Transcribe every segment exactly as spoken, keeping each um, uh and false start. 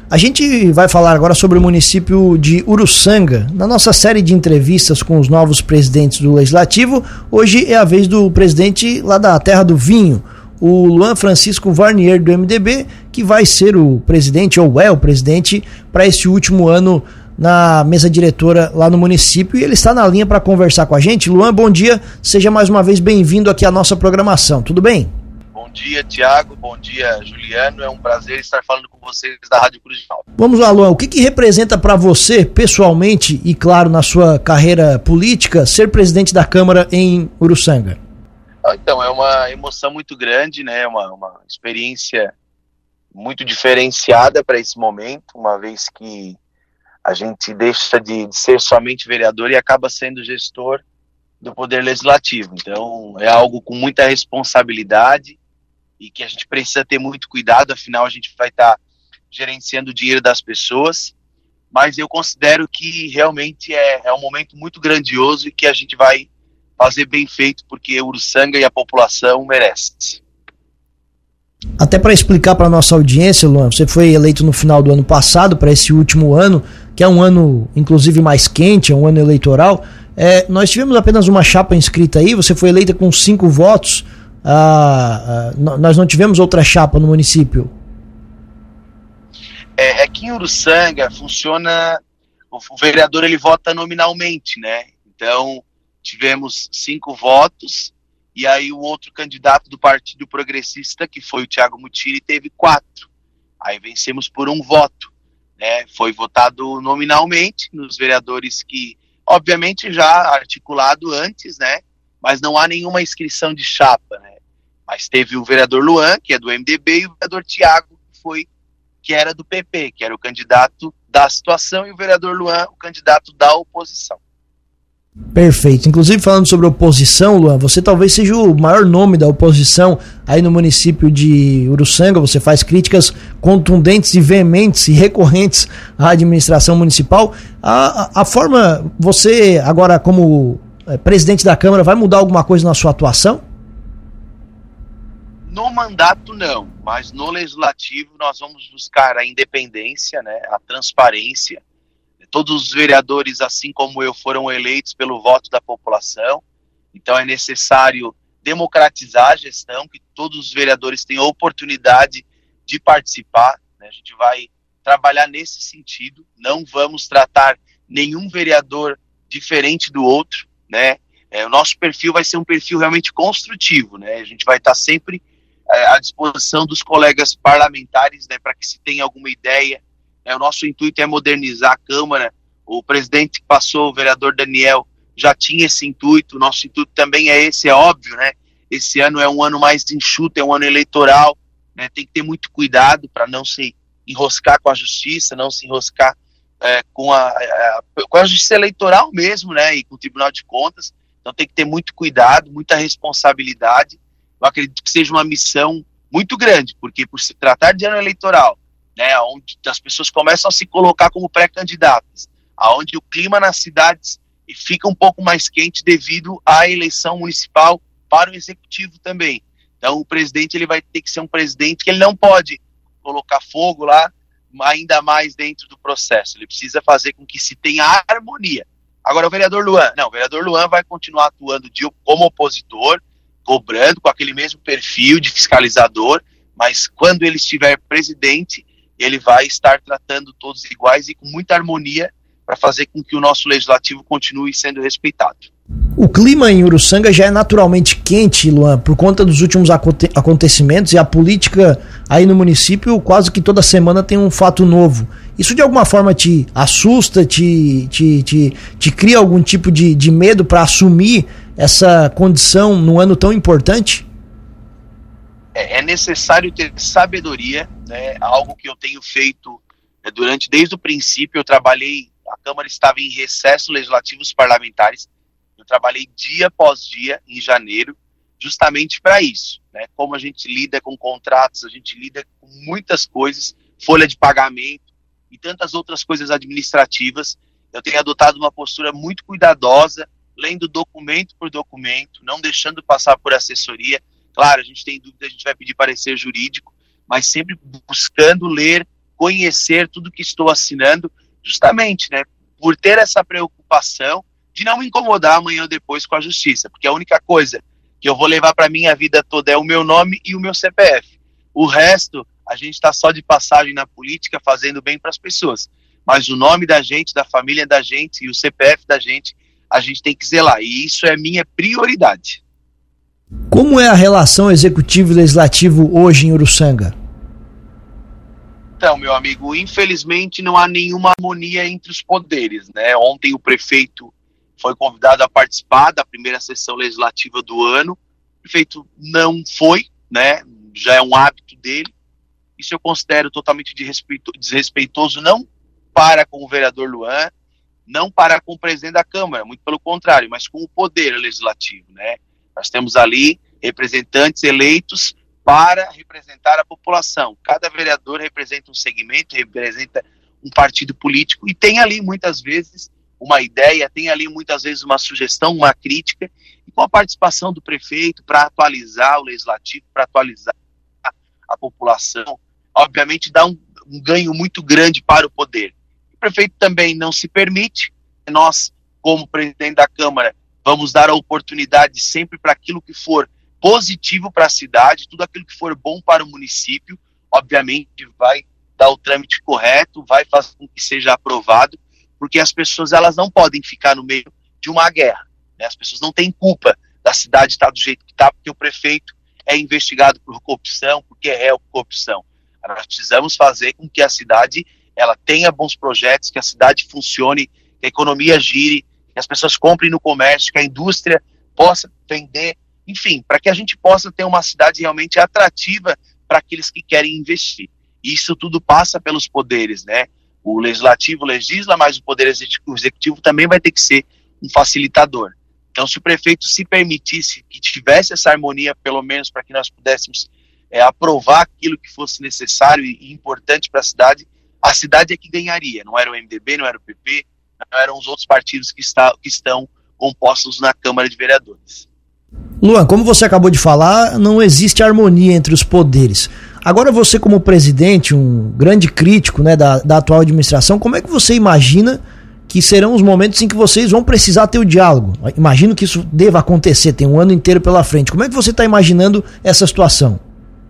A gente vai falar agora sobre o município de Uruçanga. Na nossa série de entrevistas com os novos presidentes do Legislativo, hoje é a vez do presidente lá da terra do vinho, o Luan Francisco Varnier, do M D B, que vai ser o presidente, ou é o presidente, para esse último ano na mesa diretora lá no município, e ele está na linha para conversar com a gente. Luan, bom dia, seja mais uma vez bem-vindo aqui à nossa programação, tudo bem? Bom dia, Tiago, bom dia, Juliano, é um prazer estar falando com vocês da Rádio Cruz de Malta. Vamos lá, Luan, o que, que representa para você, pessoalmente, e claro, na sua carreira política, ser presidente da Câmara em Uruçanga? Então, é uma emoção muito grande, né, uma, uma experiência muito diferenciada para esse momento, uma vez que a gente deixa de, de ser somente vereador e acaba sendo gestor do Poder Legislativo. Então, é algo com muita responsabilidade e que a gente precisa ter muito cuidado, afinal a gente vai estar tá gerenciando o dinheiro das pessoas, mas eu considero que realmente é, é um momento muito grandioso e que a gente vai fazer bem feito, porque Uruçanga e a população merecem. Até para explicar para nossa audiência, Luan, você foi eleito no final do ano passado para esse último ano, que é um ano inclusive mais quente, é um ano eleitoral. É, nós tivemos apenas uma chapa inscrita aí, você foi eleita com cinco votos, ah, ah, nós não tivemos outra chapa no município. É, é que em Uruçanga funciona, o, o vereador ele vota nominalmente, né? Então tivemos cinco votos, e aí o outro candidato do Partido Progressista, que foi o Thiago Mutiri, teve quatro. Aí vencemos por um voto, né? Foi votado nominalmente nos vereadores que, obviamente, já articulado antes, né? Mas não há nenhuma inscrição de chapa, né? Mas teve o vereador Luan, que é do M D B, e o vereador Thiago, que, foi, que era do P P, que era o candidato da situação, e o vereador Luan, o candidato da oposição. Perfeito. Inclusive, falando sobre oposição, Luan, você talvez seja o maior nome da oposição aí no município de Uruçanga. Você faz críticas contundentes e veementes e recorrentes à administração municipal. A, a, a forma, você agora como é, presidente da Câmara, vai mudar alguma coisa na sua atuação? No mandato não, mas no legislativo nós vamos buscar a independência, né, a transparência. Todos os vereadores, assim como eu, foram eleitos pelo voto da população, então é necessário democratizar a gestão, que todos os vereadores tenham a oportunidade de participar, né? A gente vai trabalhar nesse sentido, não vamos tratar nenhum vereador diferente do outro, né? É, o nosso perfil vai ser um perfil realmente construtivo, né? A gente vai estar sempre é, à disposição dos colegas parlamentares, né, para que se tenha alguma ideia. É, o nosso intuito é modernizar a Câmara. O presidente que passou, o vereador Daniel, já tinha esse intuito. O nosso intuito também é esse, é óbvio, né? Esse ano é um ano mais enxuto, é um ano eleitoral, né? Tem que ter muito cuidado para não se enroscar com a justiça, não se enroscar é, com, a, a, com a justiça eleitoral mesmo, né? E com o Tribunal de Contas. Então tem que ter muito cuidado, muita responsabilidade. Eu acredito que seja uma missão muito grande, porque por se tratar de ano eleitoral, né, onde as pessoas começam a se colocar como pré-candidatas, aonde o clima nas cidades fica um pouco mais quente devido à eleição municipal para o executivo também. Então o presidente ele vai ter que ser um presidente que ele não pode colocar fogo lá, ainda mais dentro do processo. Ele precisa fazer com que se tenha harmonia. Agora o vereador Luan, não, o vereador Luan vai continuar atuando de, como opositor, cobrando com aquele mesmo perfil de fiscalizador, mas quando ele estiver presidente, ele vai estar tratando todos iguais e com muita harmonia para fazer com que o nosso legislativo continue sendo respeitado. O clima em Uruçanga já é naturalmente quente, Luan, por conta dos últimos aconte- acontecimentos, e a política aí no município quase que toda semana tem um fato novo. Isso de alguma forma te assusta, te, te, te, te cria algum tipo de, de medo para assumir essa condição num ano tão importante? É necessário ter sabedoria, né? Algo que eu tenho feito é, durante, desde o princípio. Eu trabalhei, a Câmara estava em recesso legislativos parlamentares, eu trabalhei dia após dia em janeiro, justamente para isso, né? Como a gente lida com contratos, a gente lida com muitas coisas, folha de pagamento e tantas outras coisas administrativas. Eu tenho adotado uma postura muito cuidadosa, lendo documento por documento, não deixando passar por assessoria. Claro, a gente tem dúvida, a gente vai pedir parecer jurídico, mas sempre buscando ler conhecer tudo que estou assinando, justamente, né, por ter essa preocupação de não me incomodar amanhã ou depois com a justiça, porque a única coisa que eu vou levar para minha vida toda é o meu nome e o meu C P F. O resto, a gente está só de passagem na política, fazendo bem para as pessoas. Mas o nome da gente, da família da gente e o C P F da gente, a gente tem que zelar. E isso é minha prioridade. Como é a relação executivo e legislativo hoje em Uruçanga? Então, meu amigo, infelizmente não há nenhuma harmonia entre os poderes, né? Ontem o prefeito foi convidado a participar da primeira sessão legislativa do ano. O prefeito não foi, né? Já é um hábito dele. Isso eu considero totalmente desrespeitoso, não para com o vereador Luan, não para com o presidente da Câmara, muito pelo contrário, mas com o poder legislativo, né? Nós temos ali representantes eleitos para representar a população. Cada vereador representa um segmento, representa um partido político e tem ali muitas vezes uma ideia, tem ali muitas vezes uma sugestão, uma crítica, e com a participação do prefeito para atualizar o legislativo, para atualizar a, a população, obviamente dá um, um ganho muito grande para o poder. O prefeito também não se permite, nós, como presidente da Câmara, vamos dar a oportunidade sempre para aquilo que for positivo para a cidade, tudo aquilo que for bom para o município, obviamente vai dar o trâmite correto, vai fazer com que seja aprovado, porque as pessoas elas não podem ficar no meio de uma guerra, né? As pessoas não têm culpa da cidade estar do jeito que está, porque o prefeito é investigado por corrupção, porque é réu por corrupção. Nós precisamos fazer com que a cidade ela tenha bons projetos, que a cidade funcione, que a economia gire, que as pessoas comprem no comércio, que a indústria possa vender, enfim, para que a gente possa ter uma cidade realmente atrativa para aqueles que querem investir. E isso tudo passa pelos poderes, né? O legislativo legisla, mas o poder executivo também vai ter que ser um facilitador. Então, se o prefeito se permitisse que tivesse essa harmonia, pelo menos para que nós pudéssemos é, aprovar aquilo que fosse necessário e, e importante para a cidade, a cidade é que ganharia. Não era o M D B, não era o P P, não eram os outros partidos que, está, que estão compostos na Câmara de Vereadores. Luan, como você acabou de falar, não existe harmonia entre os poderes. Agora você, como presidente, um grande crítico, né, da, da atual administração, como é que você imagina que serão os momentos em que vocês vão precisar ter o diálogo? Imagino que isso deva acontecer, tem um ano inteiro pela frente. Como é que você está imaginando essa situação?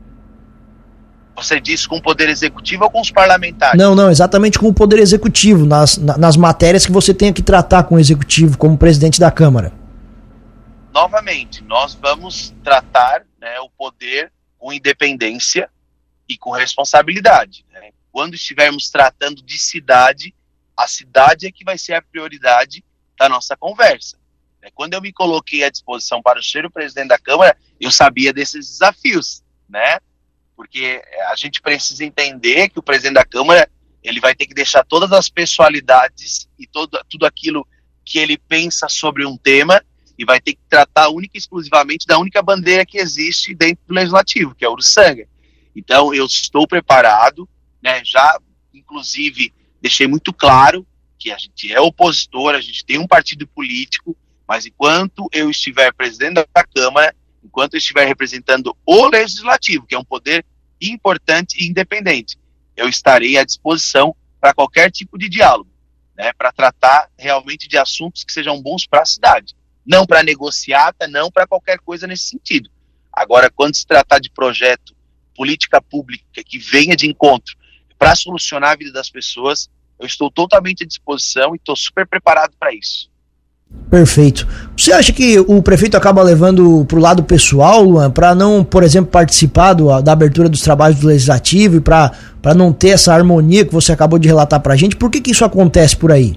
Você diz com o poder executivo ou com os parlamentares? Não, não, exatamente com o poder executivo, nas, nas matérias que você tenha que tratar com o executivo como presidente da Câmara. Novamente, nós vamos tratar, né, o poder com independência e com responsabilidade, né? Quando estivermos tratando de cidade, a cidade é que vai ser a prioridade da nossa conversa. Quando eu me coloquei à disposição para ser o presidente da Câmara, eu sabia desses desafios, né? Porque a gente precisa entender que o presidente da Câmara ele vai ter que deixar todas as pessoalidades e todo, tudo aquilo que ele pensa sobre um tema e vai ter que tratar única e exclusivamente da única bandeira que existe dentro do Legislativo, que é o Uruçanga. Então, eu estou preparado, né, já, inclusive, deixei muito claro que a gente é opositor, a gente tem um partido político, mas enquanto eu estiver presidente da Câmara, enquanto eu estiver representando o Legislativo, que é um poder importante e independente, eu estarei à disposição para qualquer tipo de diálogo, né, para tratar realmente de assuntos que sejam bons para a cidade. Não para negociata, não para qualquer coisa nesse sentido. Agora, quando se tratar de projeto, política pública que venha de encontro para solucionar a vida das pessoas, eu estou totalmente à disposição e estou super preparado para isso. Perfeito. Você acha que o prefeito acaba levando para o lado pessoal, Luan, para não, por exemplo, participar do, da abertura dos trabalhos do Legislativo e para não ter essa harmonia que você acabou de relatar para a gente? Por que que isso acontece por aí?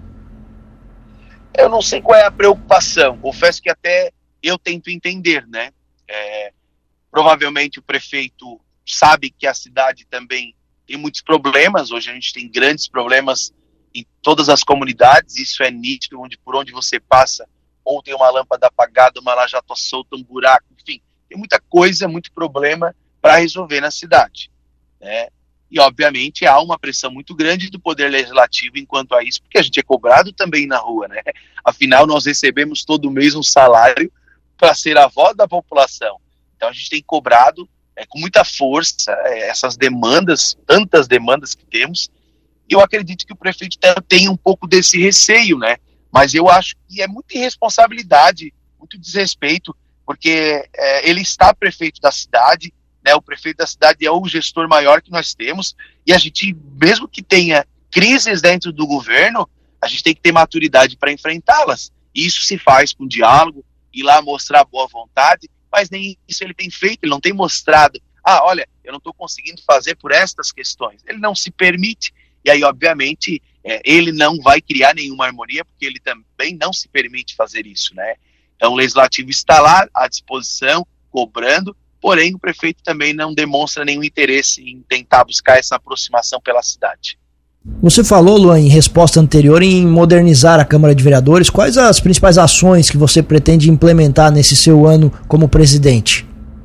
Eu não sei qual é a preocupação. Confesso que até eu tento entender, né? É, provavelmente o prefeito sabe que a cidade também tem muitos problemas. Hoje a gente tem grandes problemas em todas as comunidades, isso é nítido, onde, por onde você passa, ou tem uma lâmpada apagada, uma lajota solta, um buraco, enfim, tem muita coisa, muito problema para resolver na cidade, né? E obviamente há uma pressão muito grande do Poder Legislativo enquanto a isso, porque a gente é cobrado também na rua, né? Afinal, nós recebemos todo mês um salário para ser a voz da população, então a gente tem cobrado é, com muita força é, essas demandas, tantas demandas que temos, e eu acredito que o prefeito tem um pouco desse receio, né? Mas eu acho que é muita irresponsabilidade, muito desrespeito, porque é, ele está prefeito da cidade, né? O prefeito da cidade é o gestor maior que nós temos, e a gente, mesmo que tenha crises dentro do governo, a gente tem que ter maturidade para enfrentá-las. E isso se faz com diálogo, ir lá mostrar boa vontade, mas nem isso ele tem feito, ele não tem mostrado, ah, olha, eu não estou conseguindo fazer por estas questões. Ele não se permite, e aí, obviamente, é, ele não vai criar nenhuma harmonia, porque ele também não se permite fazer isso, né? Então, o Legislativo está lá à disposição, cobrando, porém, o prefeito também não demonstra nenhum interesse em tentar buscar essa aproximação pela cidade. Você falou, Luan, em resposta anterior, em modernizar a Câmara de Vereadores. Quais as principais ações que você pretende implementar nesse seu ano como presidente?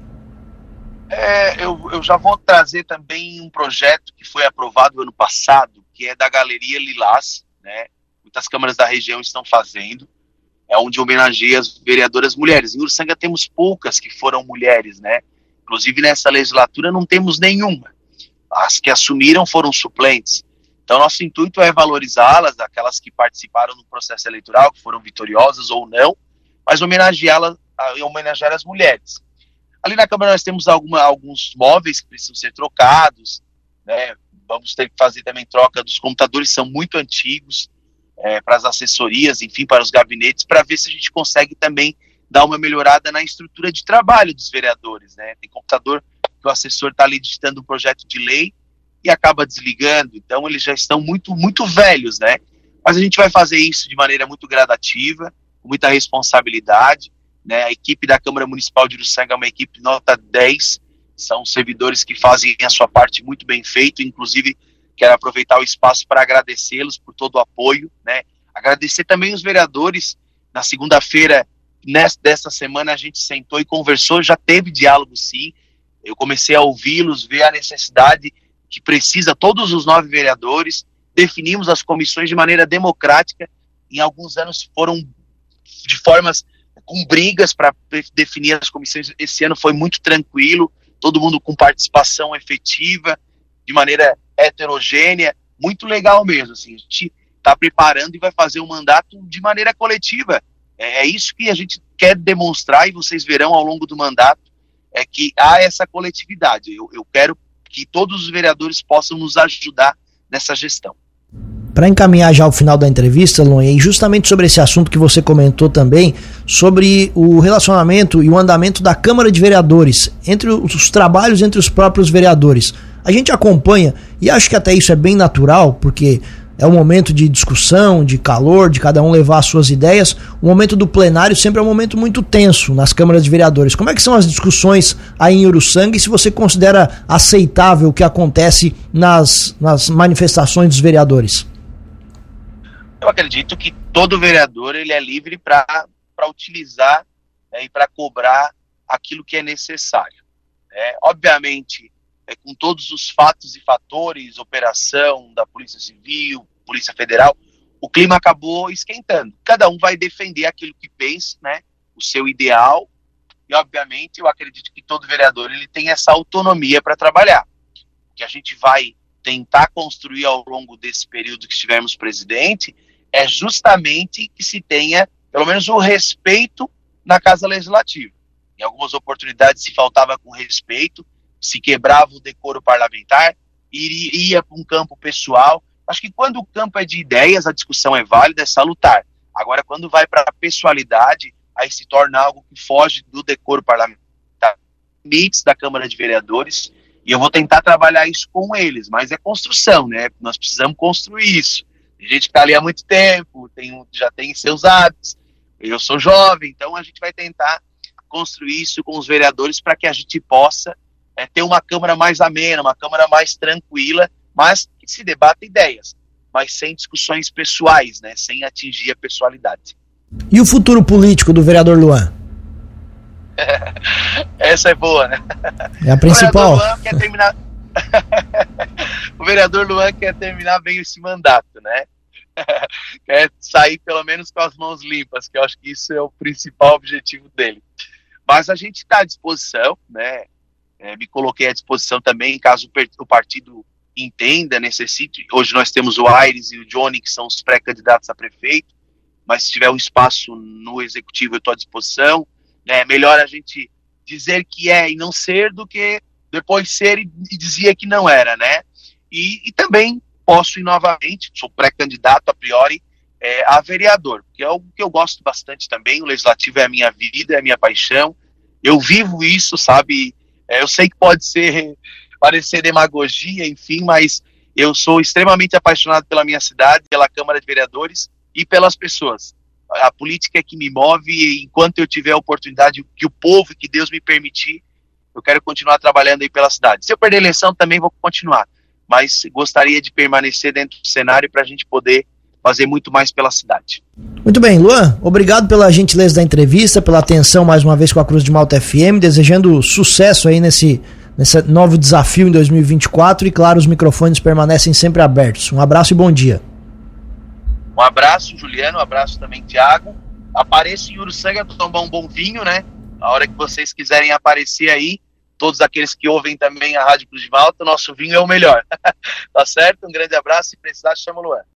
É, eu, eu já vou trazer também um projeto que foi aprovado ano passado, que é da Galeria Lilás, né? Muitas câmaras da região estão fazendo, é onde homenageia as vereadoras mulheres. Em Uruçanga temos poucas que foram mulheres, né? Inclusive nessa legislatura não temos nenhuma. As que assumiram foram suplentes. Então, nosso intuito é valorizá-las, aquelas que participaram no processo eleitoral, que foram vitoriosas ou não, mas homenageá-las, homenagear as mulheres. Ali na Câmara nós temos alguma, alguns móveis que precisam ser trocados, né? Vamos ter que fazer também troca dos computadores, são muito antigos, é, para as assessorias, enfim, para os gabinetes, para ver se a gente consegue também dar uma melhorada na estrutura de trabalho dos vereadores, né? Tem computador que o assessor está ali digitando um projeto de lei, e acaba desligando, então eles já estão muito, muito velhos, né? Mas a gente vai fazer isso de maneira muito gradativa, com muita responsabilidade, né? A equipe da Câmara Municipal de Uruçanga é uma equipe nota dez, são servidores que fazem a sua parte muito bem feito, inclusive quero aproveitar o espaço para agradecê-los por todo o apoio, né? Agradecer também os vereadores. Na segunda-feira, dessa semana, a gente sentou e conversou, já teve diálogo sim, eu comecei a ouvi-los, ver a necessidade que precisa, todos os nove vereadores, definimos as comissões de maneira democrática, em alguns anos foram de formas com brigas para definir as comissões, esse ano foi muito tranquilo, todo mundo com participação efetiva, de maneira heterogênea, muito legal mesmo, assim, a gente está preparando e vai fazer um mandato de maneira coletiva, é, é isso que a gente quer demonstrar, e vocês verão ao longo do mandato, é que há essa coletividade, eu, eu quero que todos os vereadores possam nos ajudar nessa gestão. Para encaminhar já o final da entrevista, Luan, e justamente sobre esse assunto que você comentou também, sobre o relacionamento e o andamento da Câmara de Vereadores, entre os trabalhos entre os próprios vereadores. A gente acompanha, e acho que até isso é bem natural, porque é um momento de discussão, de calor, de cada um levar as suas ideias. O momento do plenário sempre é um momento muito tenso nas câmaras de vereadores. Como é que são as discussões aí em Uruçanga e se você considera aceitável o que acontece nas, nas manifestações dos vereadores? Eu acredito que todo vereador ele é livre para utilizar, né, e para cobrar aquilo que é necessário, né? Obviamente, é, com todos os fatos e fatores, operação da Polícia Civil, Polícia Federal, o clima acabou esquentando. Cada um vai defender aquilo que pensa, né, o seu ideal, e obviamente eu acredito que todo vereador ele tem essa autonomia para trabalhar. O que a gente vai tentar construir ao longo desse período que estivermos presidente é justamente que se tenha, pelo menos, o respeito na Casa Legislativa. Em algumas oportunidades se faltava com respeito, se quebrava o decoro parlamentar, iria para um campo pessoal. Acho que quando o campo é de ideias, a discussão é válida, é salutar. Agora, quando vai para a pessoalidade, aí se torna algo que foge do decoro parlamentar, limites da Câmara de Vereadores, e eu vou tentar trabalhar isso com eles, mas é construção, né? Nós precisamos construir isso. Tem gente que está ali há muito tempo, tem, já tem seus hábitos, eu sou jovem, então a gente vai tentar construir isso com os vereadores para que a gente possa é, ter uma Câmara mais amena, uma Câmara mais tranquila, mas que se debata ideias, mas sem discussões pessoais, né? Sem atingir a pessoalidade. E o futuro político do vereador Luan? Essa é boa, né? É a principal. O vereador Luan quer terminar... o vereador Luan quer terminar bem esse mandato, né? Quer sair pelo menos com as mãos limpas, que eu acho que isso é o principal objetivo dele. Mas a gente está à disposição, né? É, me coloquei à disposição também, caso o partido entenda, necessite. Hoje nós temos o Aires e o Johnny, que são os pré-candidatos a prefeito, mas se tiver um espaço no executivo, eu estou à disposição. É melhor a gente dizer que é e não ser do que depois ser e, e dizer que não era, né? E, e também posso ir novamente, sou pré-candidato a priori é, a vereador, que é o que eu gosto bastante também. O legislativo é a minha vida, é a minha paixão. Eu vivo isso, sabe? É, eu sei que pode ser parecer demagogia, enfim, mas eu sou extremamente apaixonado pela minha cidade, pela Câmara de Vereadores e pelas pessoas. A política é que me move, e enquanto eu tiver a oportunidade, que o povo e que Deus me permitir, eu quero continuar trabalhando aí pela cidade. Se eu perder a eleição, também vou continuar, mas gostaria de permanecer dentro do cenário para a gente poder fazer muito mais pela cidade. Muito bem, Luan, obrigado pela gentileza da entrevista, pela atenção mais uma vez com a Cruz de Malta F M, desejando sucesso aí nesse, nesse novo desafio em dois mil e vinte e quatro, e claro, os microfones permanecem sempre abertos. Um abraço e bom dia. Um abraço, Juliano, um abraço também, Thiago. Apareça em Uruçanga para tomar um bom vinho, né? A hora que vocês quiserem aparecer aí, todos aqueles que ouvem também a Rádio Cruz de Malta, nosso vinho é o melhor. Tá certo? Um grande abraço, e precisar, chama o Luan.